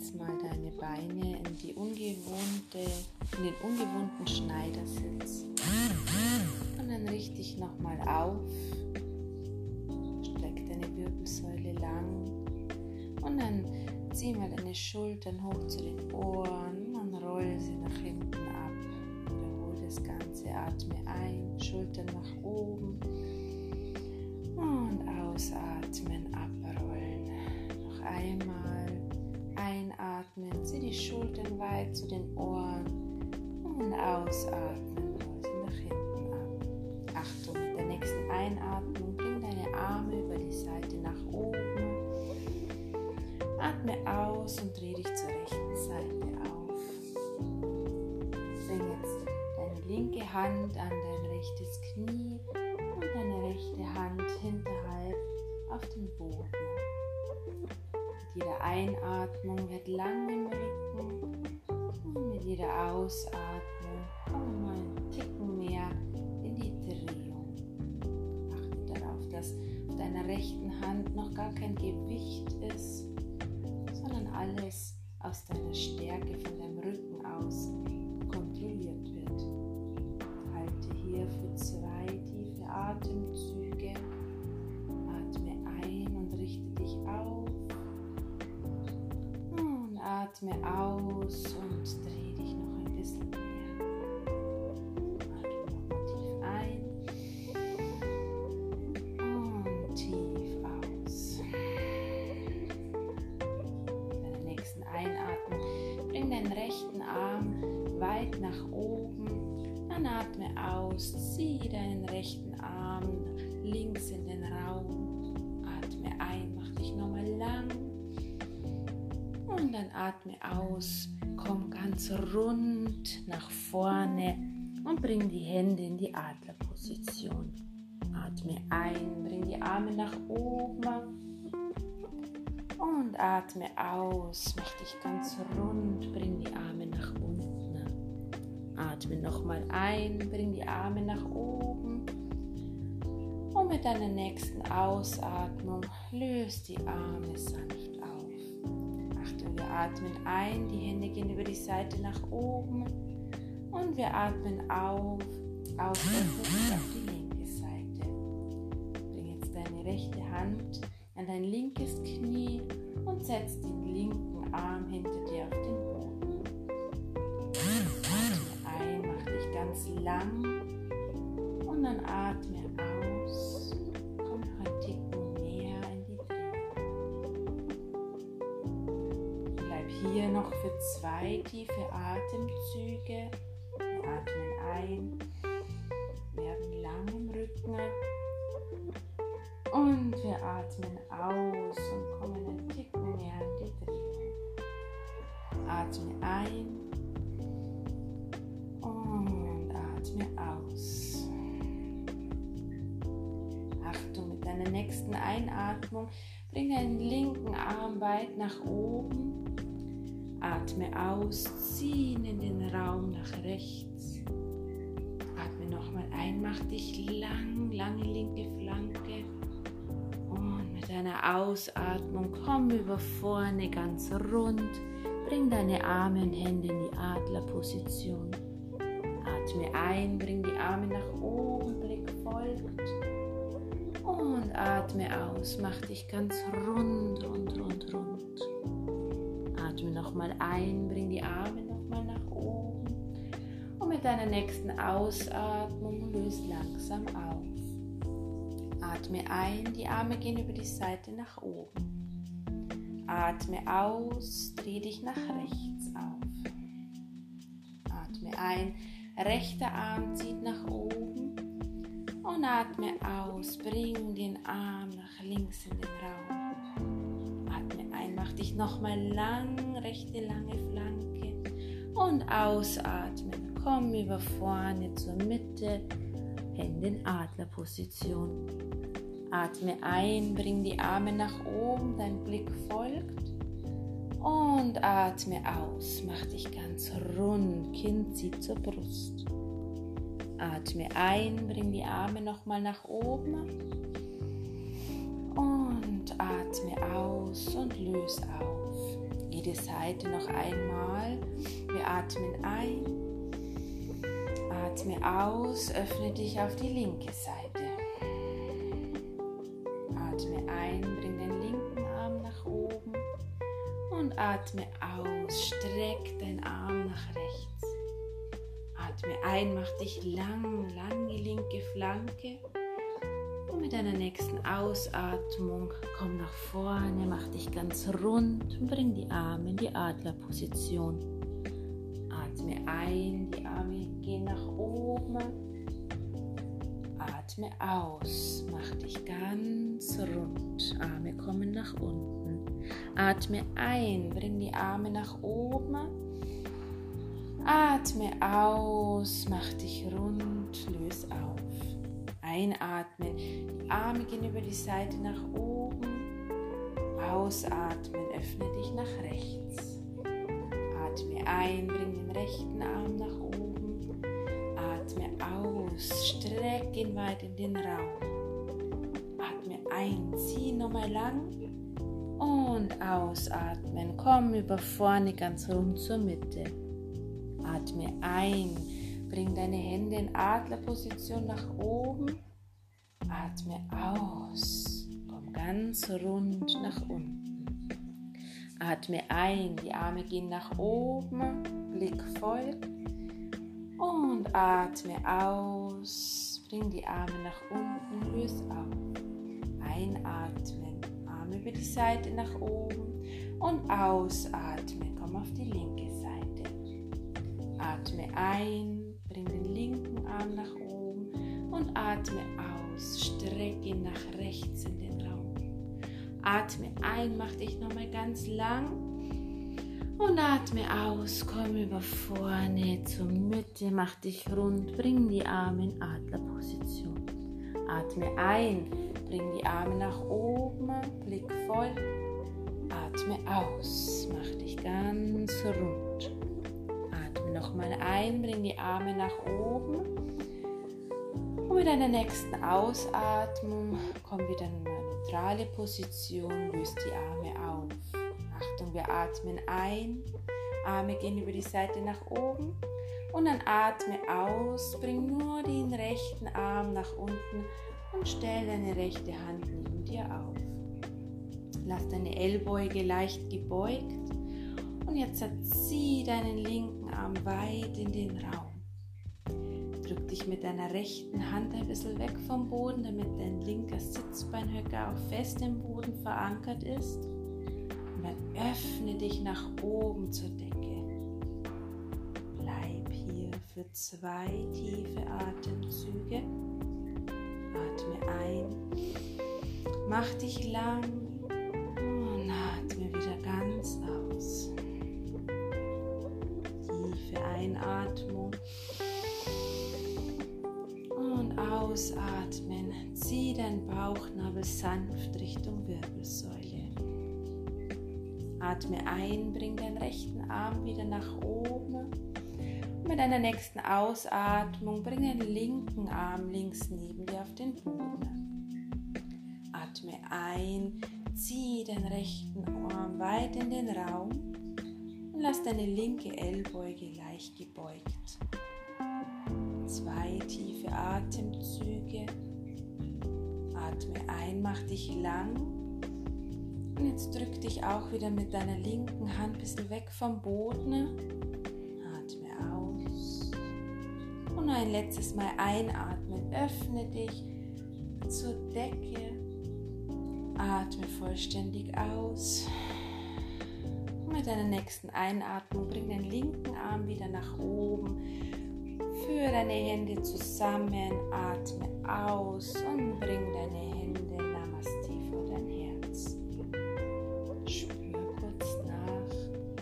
jetzt mal deine Beine in den ungewohnten Schneidersitz. Und dann richte dich nochmal auf. Streck deine Wirbelsäule lang. Und dann zieh mal deine Schultern hoch zu den Ohren und roll sie nach hinten ab. Wiederhole das Ganze. Atme ein, Schultern nach oben. Und ausatmen, abrollen. Noch einmal einatmen, zieh die Schultern weit zu den Ohren und ausatmen, roll sie nach hinten ab. Achtung, mit der nächsten Einatmung bring deine Arme über die Seite nach oben. Atme aus und dreh dich zur rechten Seite auf. Bring jetzt deine linke Hand an dein rechtes Knie und deine rechte Hand hinterhalb auf den Boden. Mit jeder Einatmung wird lang im Rücken und mit jeder Ausatmung kommen wir mal einen Ticken mehr in die Drehung. Achte darauf, dass auf deiner rechten Hand noch gar kein Gewicht ist, sondern alles aus deiner Stärke von deinem Rücken aus kontrolliert wird. Halte hier für 2 tiefe Atemzüge. Atme ein und richte dich auf. Und atme aus und dreh dich noch ein bisschen mehr. Atme nochmal tief ein und tief aus. Bei der nächsten Einatmung bring deinen rechten Arm weit nach oben. Dann atme aus, zieh deinen rechten Arm nach links in den Raum. Atme ein, mach dich nochmal lang. Und dann atme aus, komm ganz rund nach vorne und bring die Hände in die Adlerposition. Atme ein, bring die Arme nach oben. Und atme aus, mach dich ganz rund, bring die Arme nach unten. Atme nochmal ein, bring die Arme nach oben. Und mit deiner nächsten Ausatmung löst die Arme sanft auf. Achtung, wir atmen ein, die Hände gehen über die Seite nach oben. Und wir atmen auf auf die linke Seite. Bring jetzt deine rechte Hand an dein linkes Knie und setz den linken Arm hinter dir auf den Boden. Atme ein, mach dich ganz lang und dann atme aus. Komm noch ein Ticken mehr in die Drehung. Bleib hier noch für 2 tiefe Atemzüge. Wir atmen ein, werden lang im Rücken. Und wir atmen aus und kommen ein Ticken mehr in die Drehung. Atme ein und atme aus. Achtung, mit deiner nächsten Einatmung bring deinen linken Arm weit nach oben. Atme aus, zieh ihn in den Raum nach rechts. Atme nochmal ein, mach dich lang, lange linke Flanke. Und mit deiner Ausatmung komm über vorne ganz rund. Bring deine Arme und Hände in die Adlerposition. Atme ein, bring die Arme nach oben, Blick folgt. Und atme aus, mach dich ganz rund, rund, rund, rund. Atme nochmal ein, bring die Arme nochmal nach oben. Und mit deiner nächsten Ausatmung löst langsam auf. Atme ein, die Arme gehen über die Seite nach oben. Atme aus, dreh dich nach rechts auf. Atme ein, rechter Arm zieht nach oben. Und atme aus, bring den Arm nach links in den Raum. Atme ein, mach dich nochmal lang, rechte lange Flanke. Und ausatmen, komm über vorne zur Mitte, Hände in Adlerposition. Atme ein, bring die Arme nach oben, dein Blick folgt. Und atme aus, mach dich ganz rund, Kinn zieht zur Brust. Atme ein, bring die Arme nochmal nach oben. Und atme aus und löse auf. Geh jede Seite noch einmal. Wir atmen ein, atme aus, öffne dich auf die linke Seite. Atme ein, bring den linken Arm nach oben und atme aus, streck deinen Arm nach rechts. Atme ein, mach dich lang die linke Flanke. Und mit deiner nächsten Ausatmung komm nach vorne, mach dich ganz rund und bring die Arme in die Adlerposition. Atme ein, die Arme gehen nach oben. Atme aus, mach dich ganz rund. Arme kommen nach unten. Atme ein, bring die Arme nach oben. Atme aus, mach dich rund, löse auf. Einatmen, die Arme gehen über die Seite nach oben. Ausatmen, öffne dich nach rechts. Atme ein, bring den rechten Arm nach oben. Atme aus, streck ihn weit in den Raum. Atme ein, zieh nochmal lang. Und ausatmen, komm über vorne ganz rund zur Mitte. Atme ein. Bring deine Hände in Adlerposition nach oben. Atme aus. Komm ganz rund nach unten. Atme ein. Die Arme gehen nach oben. Blick folgt. Und atme aus. Bring die Arme nach unten. Löse auf. Einatmen. Arme über die Seite nach oben. Und ausatmen. Komm auf die linke Seite. Atme ein. Bring den linken Arm nach oben und atme aus. Streck ihn nach rechts in den Raum. Atme ein, mach dich nochmal ganz lang und atme aus. Komm über vorne zur Mitte, mach dich rund, bring die Arme in Adlerposition. Atme ein, bring die Arme nach oben, Blick voll. Atme aus, mach dich ganz rund. Nochmal ein, bring die Arme nach oben und mit deiner nächsten Ausatmung komm wieder in eine neutrale Position, löst die Arme auf. Achtung, wir atmen ein, Arme gehen über die Seite nach oben und dann atme aus, bring nur den rechten Arm nach unten und stell deine rechte Hand neben dir auf. Lass deine Ellbeuge leicht gebeugt. Und jetzt zieh deinen linken Arm weit in den Raum. Drück dich mit deiner rechten Hand ein bisschen weg vom Boden, damit dein linker Sitzbeinhöcker auch fest im Boden verankert ist. Und dann öffne dich nach oben zur Decke. Bleib hier für 2 tiefe Atemzüge. Atme ein, mach dich lang und atme wieder ganz aus. Einatmung und ausatmen. Zieh deinen Bauchnabel sanft Richtung Wirbelsäule. Atme ein, bring deinen rechten Arm wieder nach oben. Und mit deiner nächsten Ausatmung bring den linken Arm links neben dir auf den Boden. Atme ein, zieh den rechten Arm weit in den Raum. Lass deine linke Ellbeuge leicht gebeugt. 2 tiefe Atemzüge. Atme ein, mach dich lang. Und jetzt drück dich auch wieder mit deiner linken Hand ein bisschen weg vom Boden. Atme aus. Und ein letztes Mal einatmen. Öffne dich zur Decke. Atme vollständig aus. Mit deiner nächsten Einatmung bring den linken Arm wieder nach oben. Führe deine Hände zusammen, atme aus und bring deine Hände Namaste vor dein Herz. Spür kurz nach.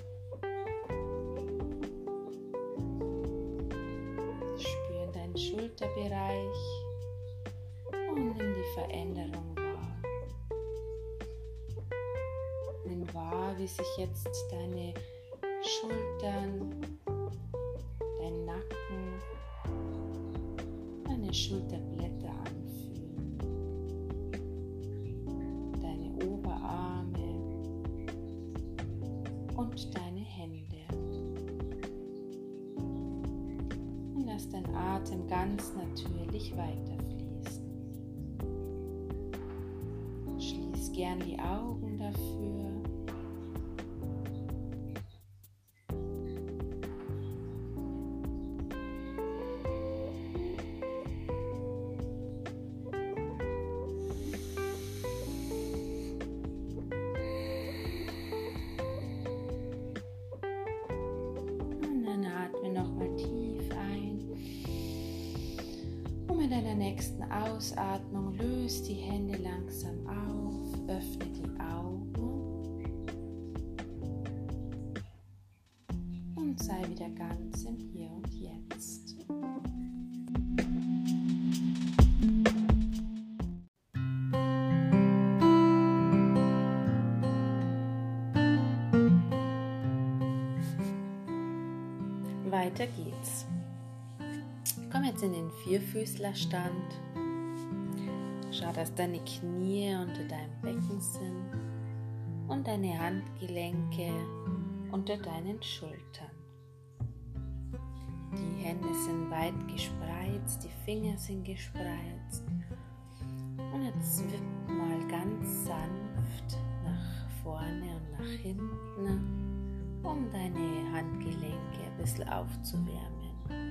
Spür in deinen Schulterbereich und nimm die Veränderung wahr. Nimm wahr, wie sich jetzt deine Schultern, dein Nacken, deine Schulterblätter anfühlen. Deine Oberarme und lass dein Atem ganz natürlich weiterfließen. Schließ gern die Augen dafür. Mit deiner nächsten Ausatmung löse die Hände langsam auf, öffne die Augen und sei wieder ganz im Hier und Jetzt. Weiter geht's. Komm jetzt in den Vierfüßlerstand. Schau, dass deine Knie unter deinem Becken sind und deine Handgelenke unter deinen Schultern. Die Hände sind weit gespreizt, die Finger sind gespreizt. Und jetzt wipp mal ganz sanft nach vorne und nach hinten, um deine Handgelenke ein bisschen aufzuwärmen.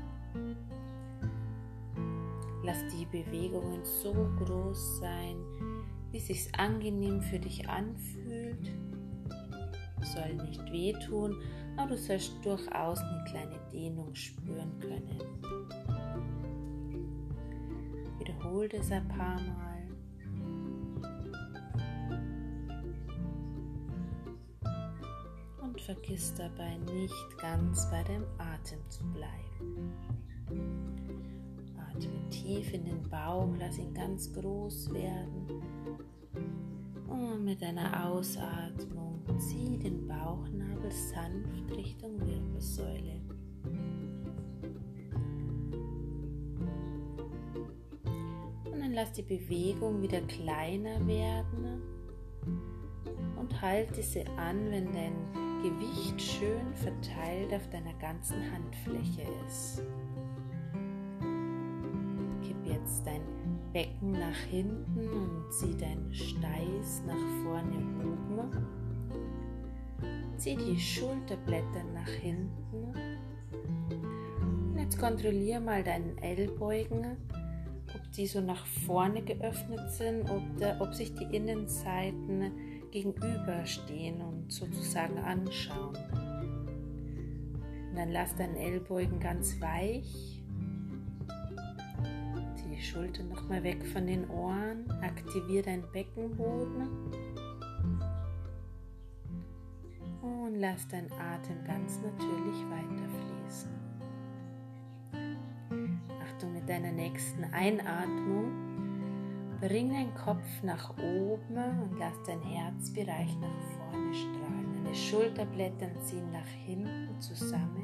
Lass die Bewegungen so groß sein, wie es sich angenehm für dich anfühlt. Soll nicht wehtun, aber du sollst durchaus eine kleine Dehnung spüren können. Wiederhol das ein paar Mal. Und vergiss dabei nicht ganz bei dem Atem zu bleiben. Atme tief in den Bauch, lass ihn ganz groß werden. Und mit deiner Ausatmung zieh den Bauchnabel sanft Richtung Wirbelsäule. Und dann lass die Bewegung wieder kleiner werden und halte sie an, wenn dein Gewicht schön verteilt auf deiner ganzen Handfläche ist. Jetzt dein Becken nach hinten und zieh deinen Steiß nach vorne oben. Zieh die Schulterblätter nach hinten. Und jetzt kontrolliere mal deinen Ellbogen, ob die so nach vorne geöffnet sind oder ob sich die Innenseiten gegenüberstehen und sozusagen anschauen. Und dann lass deinen Ellbogen ganz weich. Die Schultern nochmal weg von den Ohren, aktiviere deinen Beckenboden und lass deinen Atem ganz natürlich weiterfließen. Achtung, mit deiner nächsten Einatmung bring deinen Kopf nach oben und lass deinen Herzbereich nach vorne strahlen. Deine Schulterblätter ziehen nach hinten zusammen.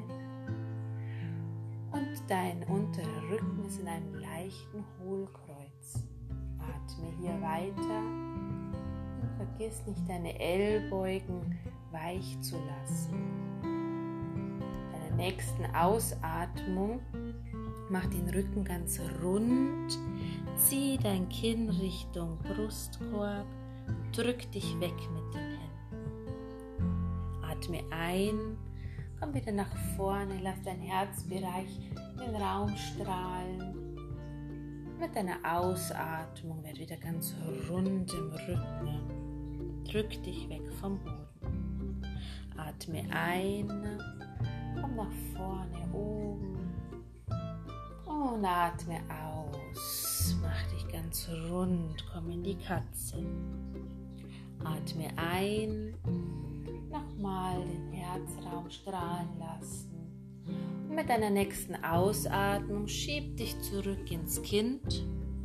Und dein unterer Rücken ist in einem leichten Hohlkreuz. Atme hier weiter und vergiss nicht, deine Ellbogen weich zu lassen. Bei der nächsten Ausatmung mach den Rücken ganz rund, zieh dein Kinn Richtung Brustkorb, drück dich weg mit den Händen. Atme ein. Komm wieder nach vorne, lass dein Herzbereich in den Raum strahlen. Mit deiner Ausatmung werd wieder ganz rund im Rücken. Drück dich weg vom Boden. Atme ein, komm nach vorne oben und atme aus. Mach dich ganz rund, komm in die Katze. Atme ein. Nochmal den Herzraum strahlen lassen. Und mit deiner nächsten Ausatmung schieb dich zurück ins Kind.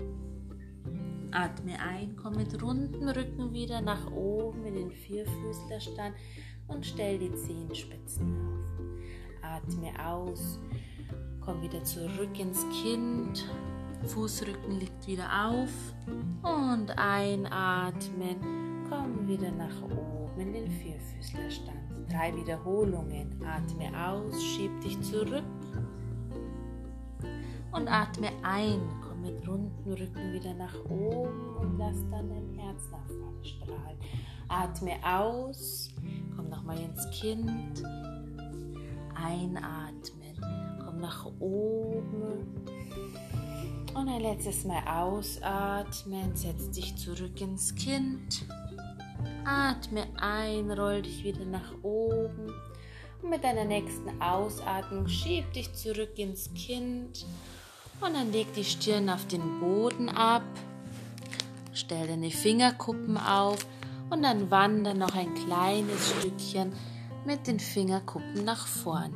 Atme ein, komm mit rundem Rücken wieder nach oben in den Vierfüßlerstand und stell die Zehenspitzen auf. Atme aus, komm wieder zurück ins Kind. Fußrücken liegt wieder auf und einatmen. Komm wieder nach oben in den Vierfüßlerstand. 3 Wiederholungen. Atme aus, schieb dich zurück. Und atme ein, komm mit runden Rücken wieder nach oben und lass dann dein Herz nach vorne strahlen. Atme aus, komm nochmal ins Kind. Einatmen, komm nach oben. Und ein letztes Mal ausatmen, setz dich zurück ins Kind. Atme ein, roll dich wieder nach oben. Und mit deiner nächsten Ausatmung schieb dich zurück ins Kind. Und dann leg die Stirn auf den Boden ab. Stell deine Fingerkuppen auf. Und dann wander noch ein kleines Stückchen mit den Fingerkuppen nach vorne.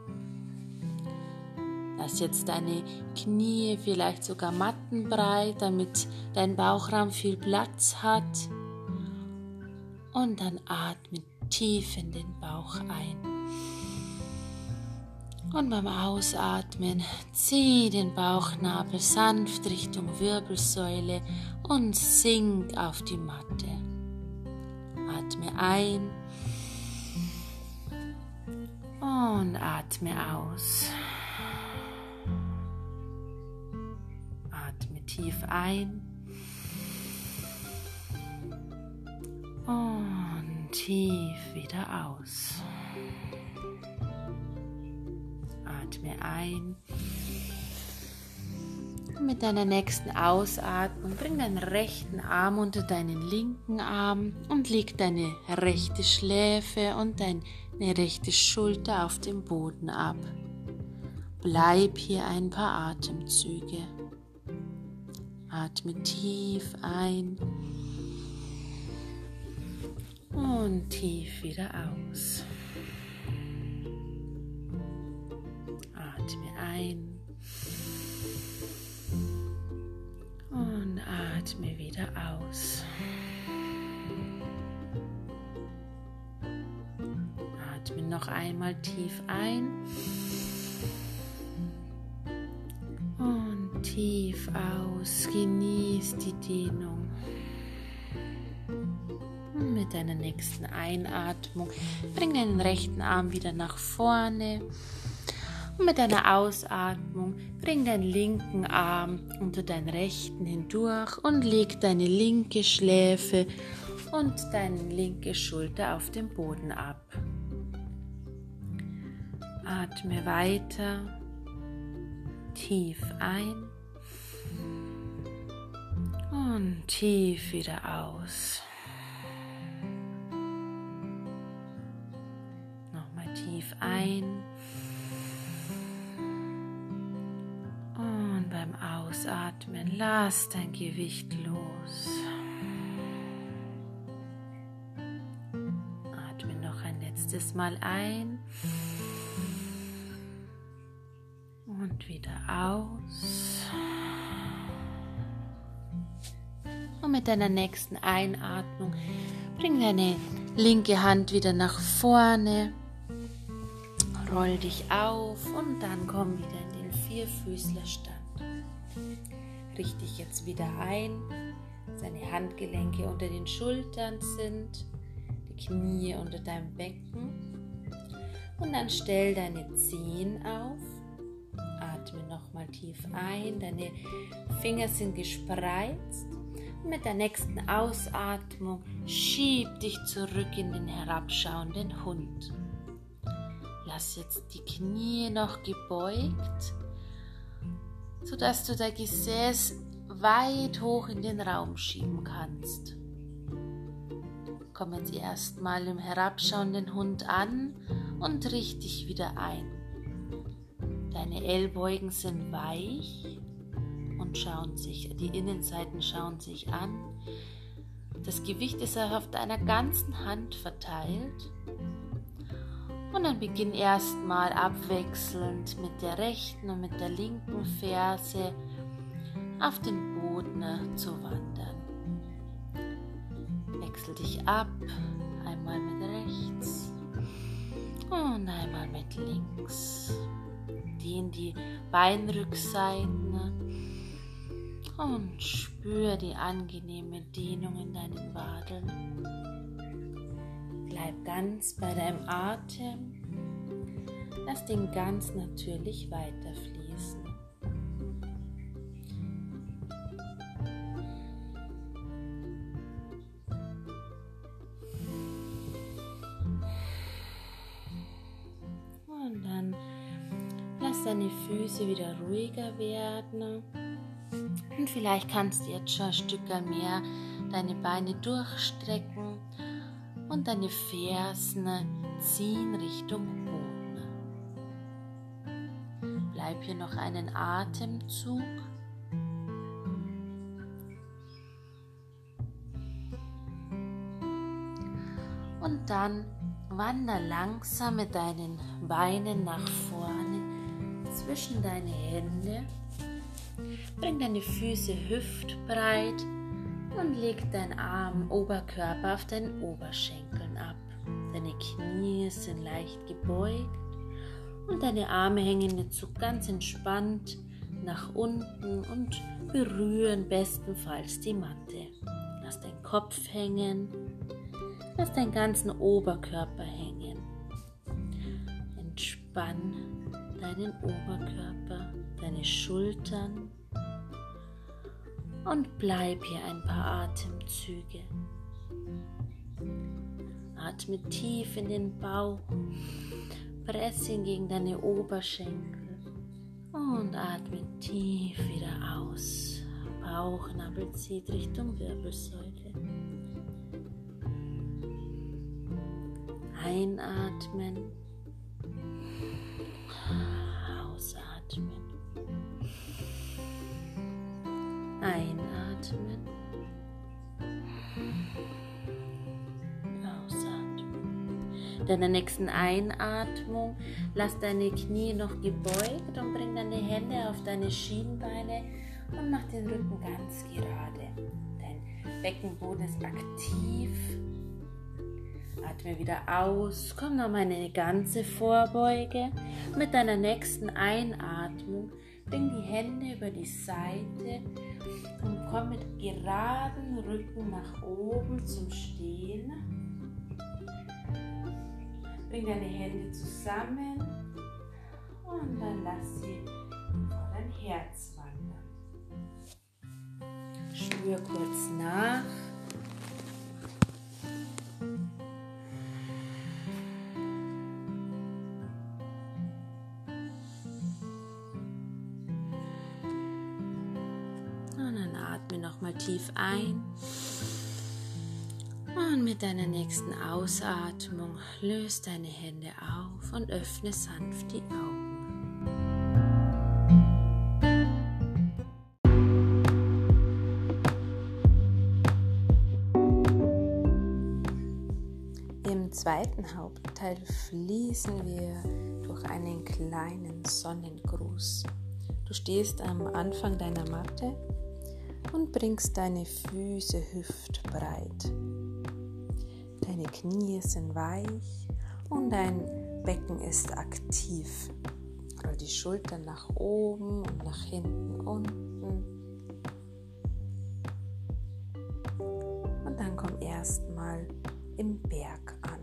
Lass jetzt deine Knie vielleicht sogar mattenbreit, damit dein Bauchraum viel Platz hat. Und dann atme tief in den Bauch ein. Und beim Ausatmen zieh den Bauchnabel sanft Richtung Wirbelsäule und sink auf die Matte. Atme ein und atme aus. Atme tief ein und tief wieder aus. Atme ein. Und mit deiner nächsten Ausatmung bring deinen rechten Arm unter deinen linken Arm und leg deine rechte Schläfe und deine rechte Schulter auf dem Boden ab. Bleib hier ein paar Atemzüge. Atme tief ein und tief wieder aus. Atme ein und atme wieder aus. Atme noch einmal tief ein und tief aus. Genieß die Dehnung. Und mit deiner nächsten Einatmung bring deinen rechten Arm wieder nach vorne. Und mit deiner Ausatmung bring deinen linken Arm unter deinen rechten hindurch und leg deine linke Schläfe und deine linke Schulter auf dem Boden ab. Atme weiter, tief ein und tief wieder aus. Nochmal tief ein. Und beim Ausatmen lass dein Gewicht los. Atme noch ein letztes Mal ein und wieder aus. Und mit deiner nächsten Einatmung bring deine linke Hand wieder nach vorne. Roll dich auf und dann komm wieder in den Vierfüßlerstand. Richte dich jetzt wieder ein, dass deine Handgelenke unter den Schultern sind, die Knie unter deinem Becken. Und dann stell deine Zehen auf, atme nochmal tief ein, deine Finger sind gespreizt. Und mit der nächsten Ausatmung schieb dich zurück in den herabschauenden Hund. Lass jetzt die Knie noch gebeugt, sodass du dein Gesäß weit hoch in den Raum schieben kannst. Komm jetzt erstmal im herabschauenden Hund an und richte dich wieder ein. Deine Ellbogen sind weich und die Innenseiten schauen sich an. Das Gewicht ist auf deiner ganzen Hand verteilt. Und dann beginn erstmal abwechselnd mit der rechten und mit der linken Ferse auf den Boden zu wandern. Wechsel dich ab, einmal mit rechts und einmal mit links. Dehn die Beinrückseiten und spür die angenehme Dehnung in deinen Wadeln. Bleib ganz bei deinem Atem. Lass den ganz natürlich weiterfließen. deine Füße wieder ruhiger werden. Und vielleicht kannst du jetzt schon ein Stück mehr deine Beine durchstrecken und deine Fersen ziehen Richtung Boden. Bleib hier noch einen Atemzug. Und dann wander langsam mit deinen Beinen nach vorne zwischen deine Hände. Bring deine Füße hüftbreit und leg deinen Arm, Oberkörper auf deinen Oberschenkeln ab. Deine Knie sind leicht gebeugt und deine Arme hängen jetzt so ganz entspannt nach unten und berühren bestenfalls die Matte. Lass deinen Kopf hängen, lass deinen ganzen Oberkörper hängen. Entspann deinen Oberkörper, deine Schultern und bleib hier ein paar Atemzüge. Atme tief in den Bauch, presse ihn gegen deine Oberschenkel und atme tief wieder aus. Bauchnabel zieht Richtung Wirbelsäule. Einatmen, ausatmen, einatmen, ausatmen. Deiner nächsten Einatmung lass deine Knie noch gebeugt und bring deine Hände auf deine Schienbeine und mach den Rücken ganz gerade. Dein Beckenboden ist aktiv. Atme wieder aus, komm nochmal in eine ganze Vorbeuge. Mit deiner nächsten Einatmung bring die Hände über die Seite und komm mit geradem Rücken nach oben zum Stehen. Bring deine Hände zusammen und dann lass sie vor dein Herz wandern. Spür kurz nach. Atme nochmal tief ein und mit deiner nächsten Ausatmung löse deine Hände auf und öffne sanft die Augen. Im zweiten Hauptteil fließen wir durch einen kleinen Sonnengruß. Du stehst am Anfang deiner Matte und bringst deine Füße hüftbreit. Deine Knie sind weich und dein Becken ist aktiv. Roll die Schultern nach oben und nach hinten, unten. Und dann komm erstmal im Berg an.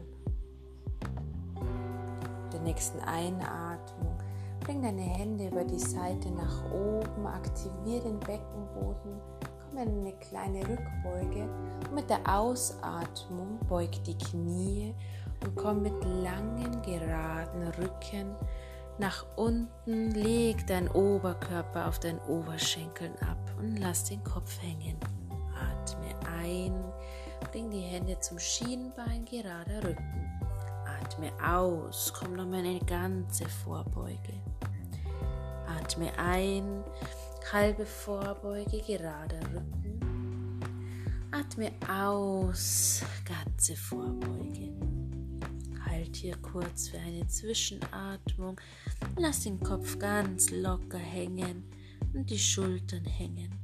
Mit der nächsten Einatmung bring deine Hände über die Seite nach oben, aktiviere den Beckenboden, komm in eine kleine Rückbeuge und mit der Ausatmung beug die Knie und komm mit langem, geraden Rücken nach unten, leg deinen Oberkörper auf deinen Oberschenkeln ab und lass den Kopf hängen. Atme ein, bring die Hände zum Schienbein, gerader Rücken. Atme aus, komm nochmal in eine ganze Vorbeuge. Atme ein, halbe Vorbeuge, gerader Rücken. Atme aus, ganze Vorbeuge. Halt hier kurz für eine Zwischenatmung. Lass den Kopf ganz locker hängen und die Schultern hängen.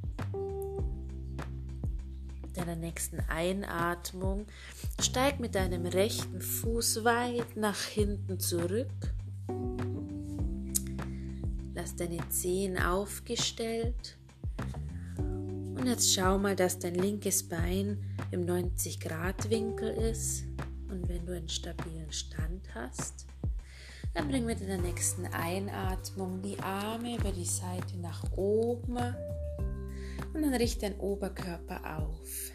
Mit deiner nächsten Einatmung steig mit deinem rechten Fuß weit nach hinten zurück. Lass deine Zehen aufgestellt. Und jetzt schau mal, dass dein linkes Bein im 90-Grad-Winkel ist. Und wenn du einen stabilen Stand hast, dann bring mit der nächsten Einatmung die Arme über die Seite nach oben und dann richte deinen Oberkörper auf.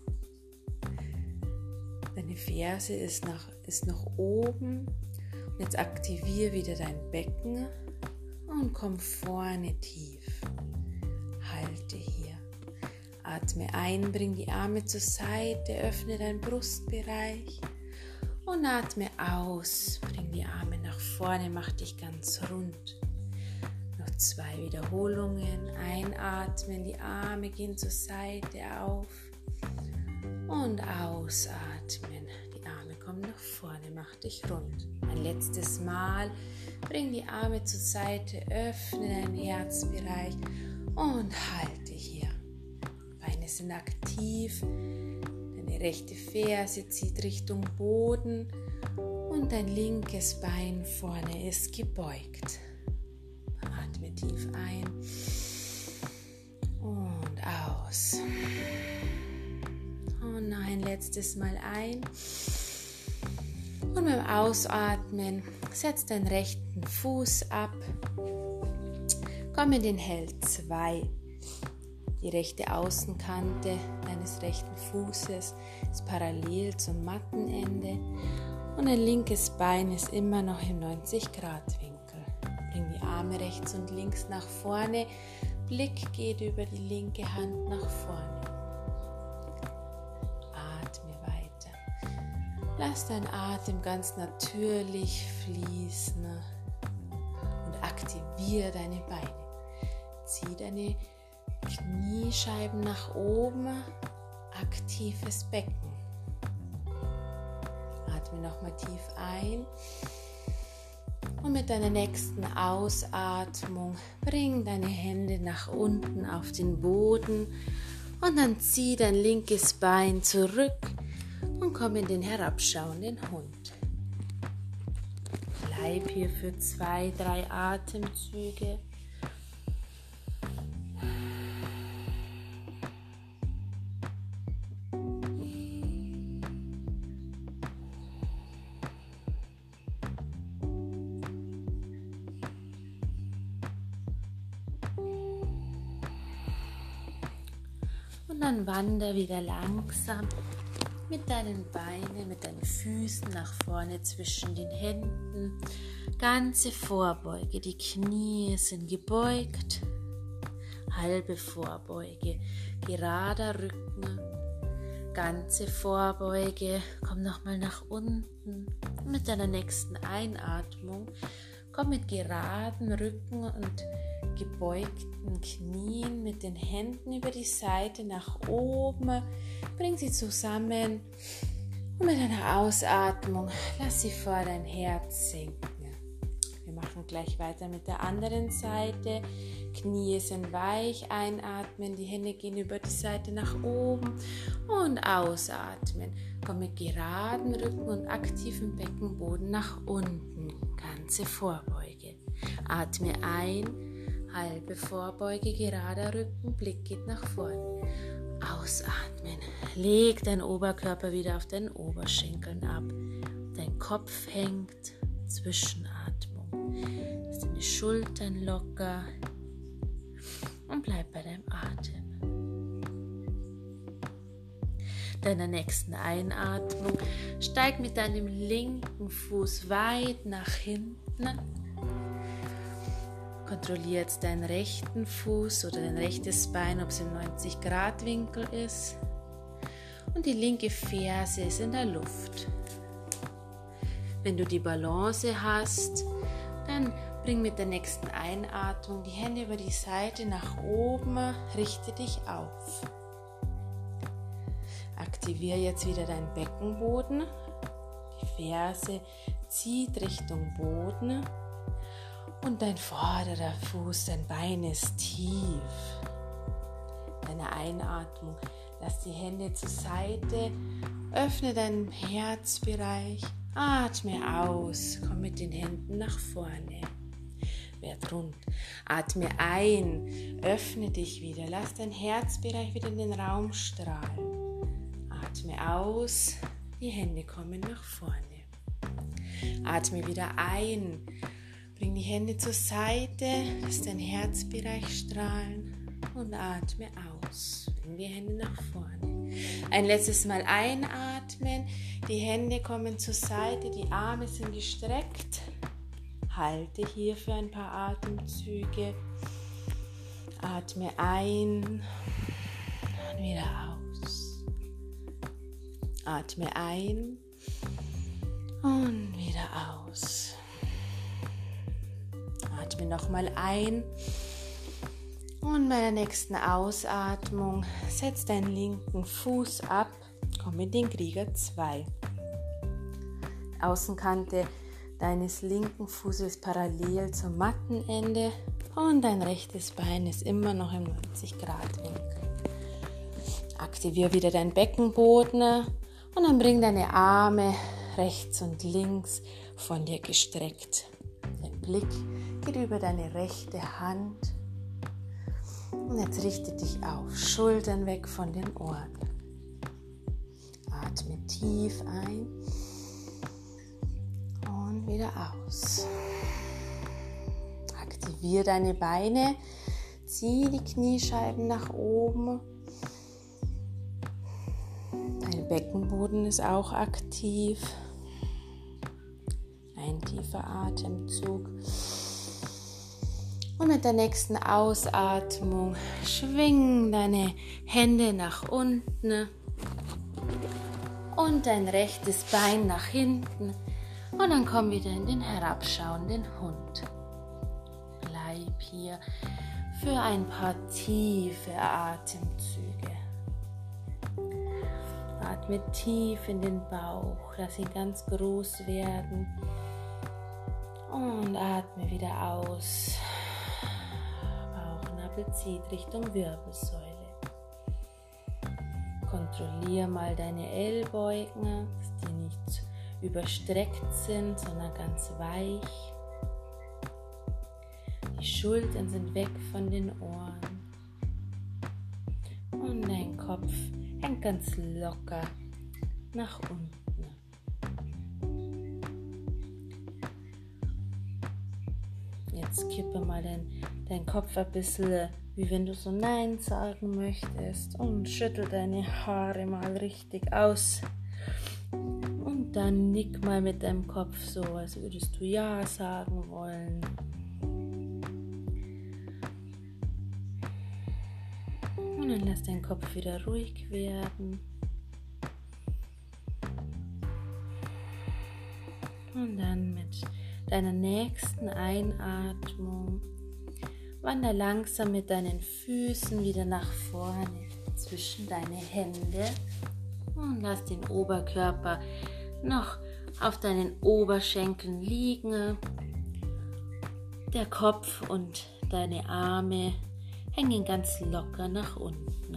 Deine Ferse ist nach oben und jetzt aktiviere wieder dein Becken und komm vorne tief. Halte hier. Atme ein, bring die Arme zur Seite, öffne deinen Brustbereich und atme aus. Bring die Arme nach vorne, mach dich ganz rund. Noch 2 Wiederholungen. Einatmen, die Arme gehen zur Seite auf und ausatmen. Die Arme kommen nach vorne, mach dich rund. Ein letztes Mal. Bring die Arme zur Seite, öffne deinen Herzbereich und halte hier. Beine sind aktiv, deine rechte Ferse zieht Richtung Boden und dein linkes Bein vorne ist gebeugt. Atme tief ein und aus. Und noch ein letztes Mal ein. Und beim Ausatmen setz deinen rechten Fuß ab. Komm in den Held 2. Die rechte Außenkante deines rechten Fußes ist parallel zum Mattenende und dein linkes Bein ist immer noch im 90-Grad-Winkel. Bring die Arme rechts und links nach vorne. Blick geht über die linke Hand nach vorne. Lass deinen Atem ganz natürlich fließen und aktiviere deine Beine. Zieh deine Kniescheiben nach oben, aktives Becken. Atme nochmal tief ein und mit deiner nächsten Ausatmung bring deine Hände nach unten auf den Boden und dann zieh dein linkes Bein zurück und komm in den herabschauenden Hund. Bleib hier für 2-3 Atemzüge. Und dann wander wieder langsam mit deinen Beinen, mit deinen Füßen nach vorne zwischen den Händen. Ganze Vorbeuge, die Knie sind gebeugt. Halbe Vorbeuge, gerader Rücken. Ganze Vorbeuge, komm nochmal nach unten. Mit deiner nächsten Einatmung komm mit geradem Rücken und gebeugten Knien mit den Händen über die Seite nach oben. Bring sie zusammen und mit einer Ausatmung lass sie vor dein Herz sinken. Wir machen gleich weiter mit der anderen Seite. Knie sind weich, einatmen, die Hände gehen über die Seite nach oben und ausatmen. Komm mit geradem Rücken und aktivem Beckenboden nach unten. Ganze Vorbeuge. Atme ein. Halbe Vorbeuge, gerader Rücken, Blick geht nach vorne. Ausatmen. Leg deinen Oberkörper wieder auf deinen Oberschenkeln ab. Dein Kopf hängt. Zwischenatmung. Lass deine Schultern locker und bleib bei deinem Atem. Deiner nächsten Einatmung steig mit deinem linken Fuß weit nach hinten. Kontrolliere jetzt deinen rechten Fuß oder dein rechtes Bein, ob es im 90-Grad-Winkel ist. Und die linke Ferse ist in der Luft. Wenn du die Balance hast, dann bring mit der nächsten Einatmung die Hände über die Seite nach oben, richte dich auf. Aktiviere jetzt wieder deinen Beckenboden. Die Ferse zieht Richtung Boden. Und dein vorderer Fuß, dein Bein ist tief. Deine Einatmung, lass die Hände zur Seite, öffne deinen Herzbereich, atme aus, komm mit den Händen nach vorne. Werd rund. Atme ein, öffne dich wieder, lass deinen Herzbereich wieder in den Raum strahlen. Atme aus, die Hände kommen nach vorne. Atme wieder ein. Bring die Hände zur Seite, lass deinen Herzbereich strahlen und atme aus. Bring die Hände nach vorne. Ein letztes Mal einatmen, die Hände kommen zur Seite, die Arme sind gestreckt. Halte hier für ein paar Atemzüge. Atme ein und wieder aus. Atme ein und wieder aus. Atme nochmal ein und bei der nächsten Ausatmung setz deinen linken Fuß ab, komm in den Krieger 2. Außenkante deines linken Fußes parallel zum Mattenende und dein rechtes Bein ist immer noch im 90-Grad-Winkel. Aktiviere wieder deinen Beckenboden und dann bring deine Arme rechts und links von dir gestreckt. Dein Blick geht über deine rechte Hand und jetzt richte dich auf, Schultern weg von den Ohren. Atme tief ein und wieder aus. Aktiviere deine Beine, zieh die Kniescheiben nach oben. Dein Beckenboden ist auch aktiv. Ein tiefer Atemzug. Und mit der nächsten Ausatmung schwing deine Hände nach unten und dein rechtes Bein nach hinten. Und dann komm wieder in den herabschauenden Hund. Bleib hier für ein paar tiefe Atemzüge. Atme tief in den Bauch, lass ihn ganz groß werden. Und atme wieder aus. Bauchnabel zieht Richtung Wirbelsäule. Kontrolliere mal deine Ellbogen, dass die nicht überstreckt sind, sondern ganz weich. Die Schultern sind weg von den Ohren. Und dein Kopf hängt ganz locker nach unten. Jetzt kippe mal dein Kopf ein bisschen, wie wenn du so Nein sagen möchtest, und schüttel deine Haare mal richtig aus. Und dann nick mal mit deinem Kopf so, als würdest du Ja sagen wollen. Und dann lass deinen Kopf wieder ruhig werden. Und dann mit deiner nächsten Einatmung wander langsam mit deinen Füßen wieder nach vorne zwischen deine Hände und lass den Oberkörper noch auf deinen Oberschenkeln liegen. Der Kopf und deine Arme hängen ganz locker nach unten.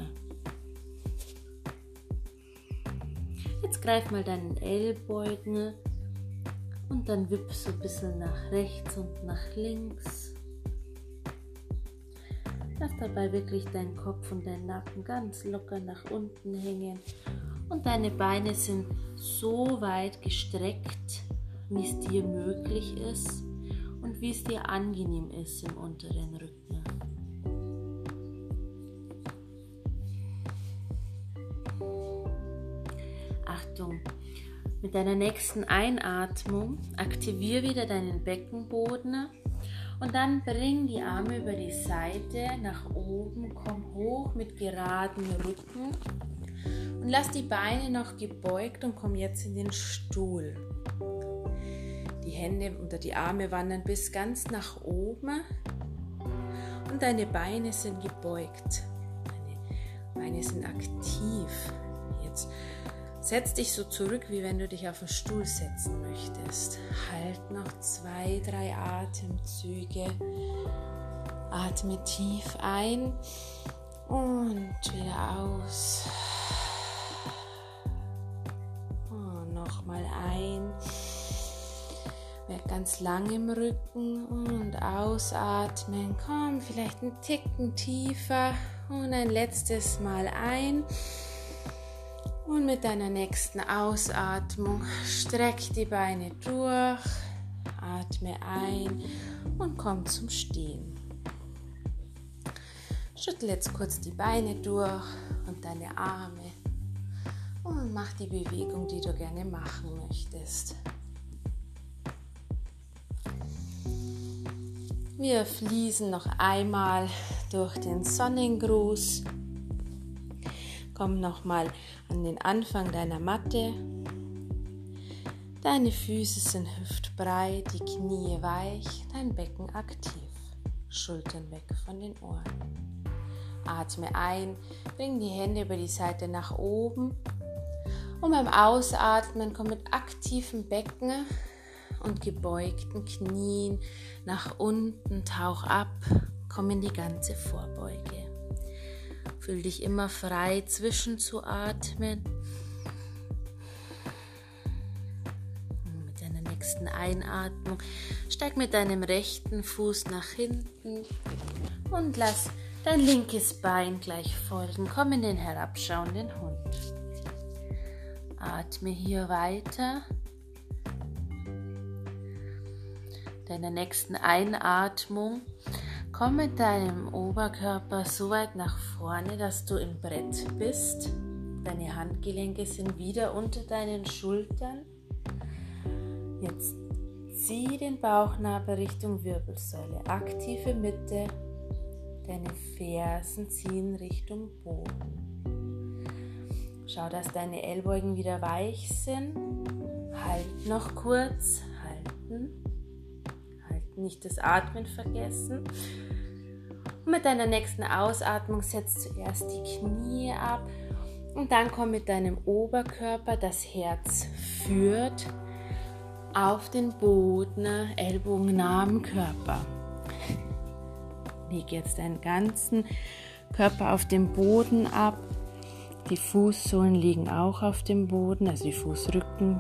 Jetzt greif mal deinen Ellbogen und dann wipp so ein bisschen nach rechts und nach links. Lass dabei wirklich deinen Kopf und deinen Nacken ganz locker nach unten hängen und deine Beine sind so weit gestreckt, wie es dir möglich ist und wie es dir angenehm ist im unteren Rücken. Achtung! Mit deiner nächsten Einatmung aktiviere wieder deinen Beckenboden und dann bring die Arme über die Seite nach oben, komm hoch mit geradem Rücken und lass die Beine noch gebeugt und komm jetzt in den Stuhl. Die Hände oder die Arme wandern bis ganz nach oben und deine Beine sind gebeugt. Deine Beine sind aktiv. Jetzt setz dich so zurück, wie wenn du dich auf den Stuhl setzen möchtest. Halt noch 2-3 Atemzüge. Atme tief ein und wieder aus. Und nochmal ein. Werd ganz lang im Rücken und ausatmen. Komm, vielleicht einen Ticken tiefer und ein letztes Mal ein. Und mit deiner nächsten Ausatmung streck die Beine durch, atme ein und komm zum Stehen. Schüttel jetzt kurz die Beine durch und deine Arme und mach die Bewegung, die du gerne machen möchtest. Wir fließen noch einmal durch den Sonnengruß. Komm nochmal an den Anfang deiner Matte. Deine Füße sind hüftbreit, die Knie weich, dein Becken aktiv. Schultern weg von den Ohren. Atme ein, bring die Hände über die Seite nach oben. Und beim Ausatmen komm mit aktivem Becken und gebeugten Knien nach unten, tauch ab, komm in die ganze Vorbeuge. Fühl dich immer frei zwischenzuatmen. Mit deiner nächsten Einatmung steig mit deinem rechten Fuß nach hinten und lass dein linkes Bein gleich folgen. Komm in den herabschauenden Hund. Atme hier weiter. Deiner nächsten Einatmung komm mit deinem Oberkörper so weit nach vorne, dass du im Brett bist. Deine Handgelenke sind wieder unter deinen Schultern. Jetzt zieh den Bauchnabel Richtung Wirbelsäule. Aktive Mitte. Deine Fersen ziehen Richtung Boden. Schau, dass deine Ellbogen wieder weich sind. Halt noch kurz. Halten. Nicht das Atmen vergessen. Und mit deiner nächsten Ausatmung setzt zuerst die Knie ab und dann komm mit deinem Oberkörper, das Herz führt, auf den Boden, Ellbogen nah am Körper. Leg jetzt deinen ganzen Körper auf dem Boden ab. Die Fußsohlen liegen auch auf dem Boden, also die Fußrücken.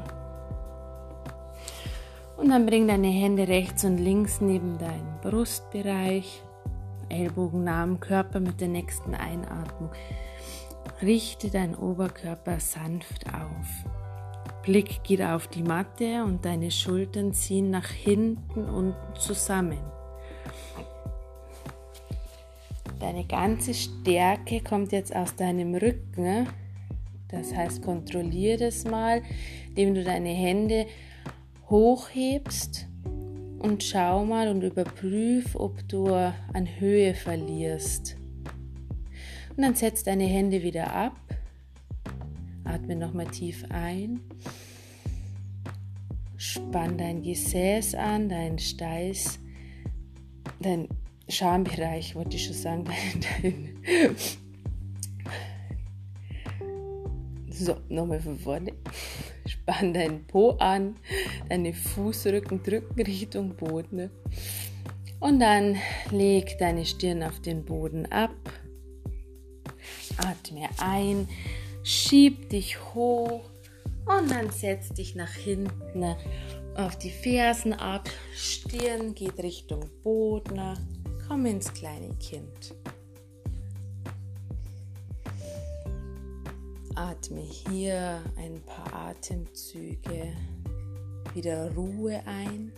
Und dann bring deine Hände rechts und links neben deinen Brustbereich, Ellbogen nah am Körper mit der nächsten Einatmung. Richte deinen Oberkörper sanft auf. Blick geht auf die Matte und deine Schultern ziehen nach hinten unten zusammen. Deine ganze Stärke kommt jetzt aus deinem Rücken. Das heißt, kontrolliere das mal, indem du deine Hände hochhebst und schau mal und überprüf, ob du an Höhe verlierst. Und dann setz deine Hände wieder ab. Atme nochmal tief ein. Spann dein Gesäß an, dein Steiß, dein Schambereich, wollte ich schon sagen. So, nochmal von vorne. Spann deinen Po an, deine Fußrücken drücken Richtung Boden. Und dann leg deine Stirn auf den Boden ab. Atme ein, schieb dich hoch und dann setz dich nach hinten auf die Fersen ab. Stirn geht Richtung Boden. Komm ins kleine Kind. Atme hier ein paar Atemzüge wieder Ruhe ein.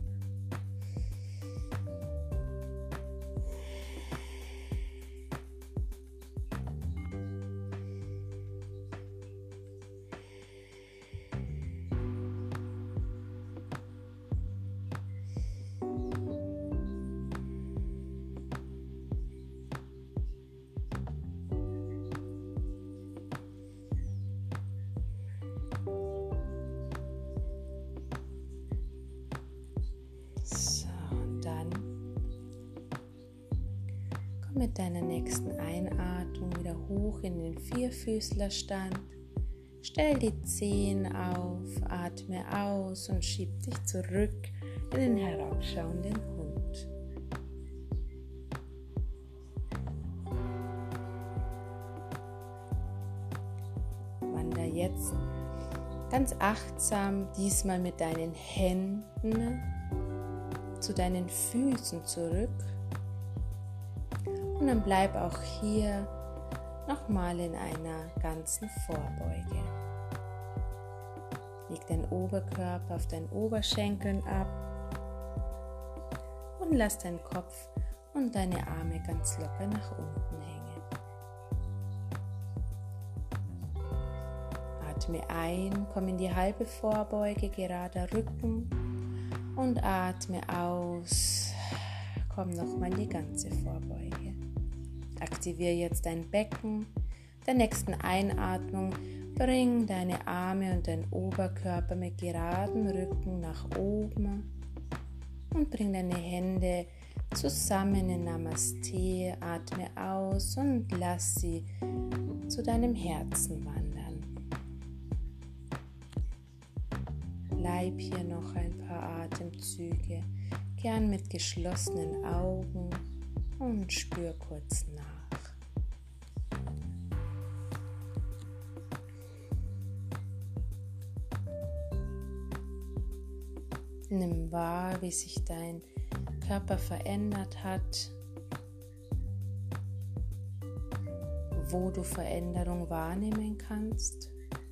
Mit deiner nächsten Einatmung wieder hoch in den Vierfüßlerstand. Stell die Zehen auf, atme aus und schieb dich zurück in den herabschauenden Hund. Wander jetzt ganz achtsam diesmal mit deinen Händen zu deinen Füßen zurück. Und dann bleib auch hier nochmal in einer ganzen Vorbeuge. Leg deinen Oberkörper auf deinen Oberschenkeln ab und lass deinen Kopf und deine Arme ganz locker nach unten hängen. Atme ein, komm in die halbe Vorbeuge, gerader Rücken und atme aus. komm nochmal in die ganze Vorbeuge. Aktiviere jetzt dein Becken. Der nächsten Einatmung bring deine Arme und dein Oberkörper mit geradem Rücken nach oben und bring deine Hände zusammen in Namaste. Atme aus und lass sie zu deinem Herzen wandern. Bleib hier noch ein paar Atemzüge, gern mit geschlossenen Augen, und spür kurz nach. Nimm wahr, wie sich dein Körper verändert hat, wo du Veränderung wahrnehmen kannst.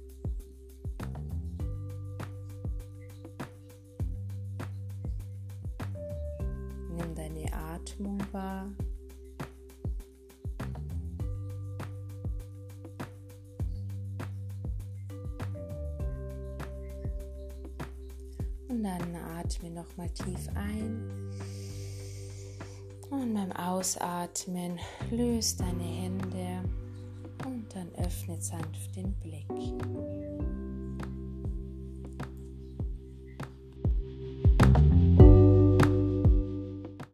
Nimm deine Atmung wahr. Und dann atme nochmal tief ein. Und beim Ausatmen löst deine Hände und dann öffne sanft den Blick.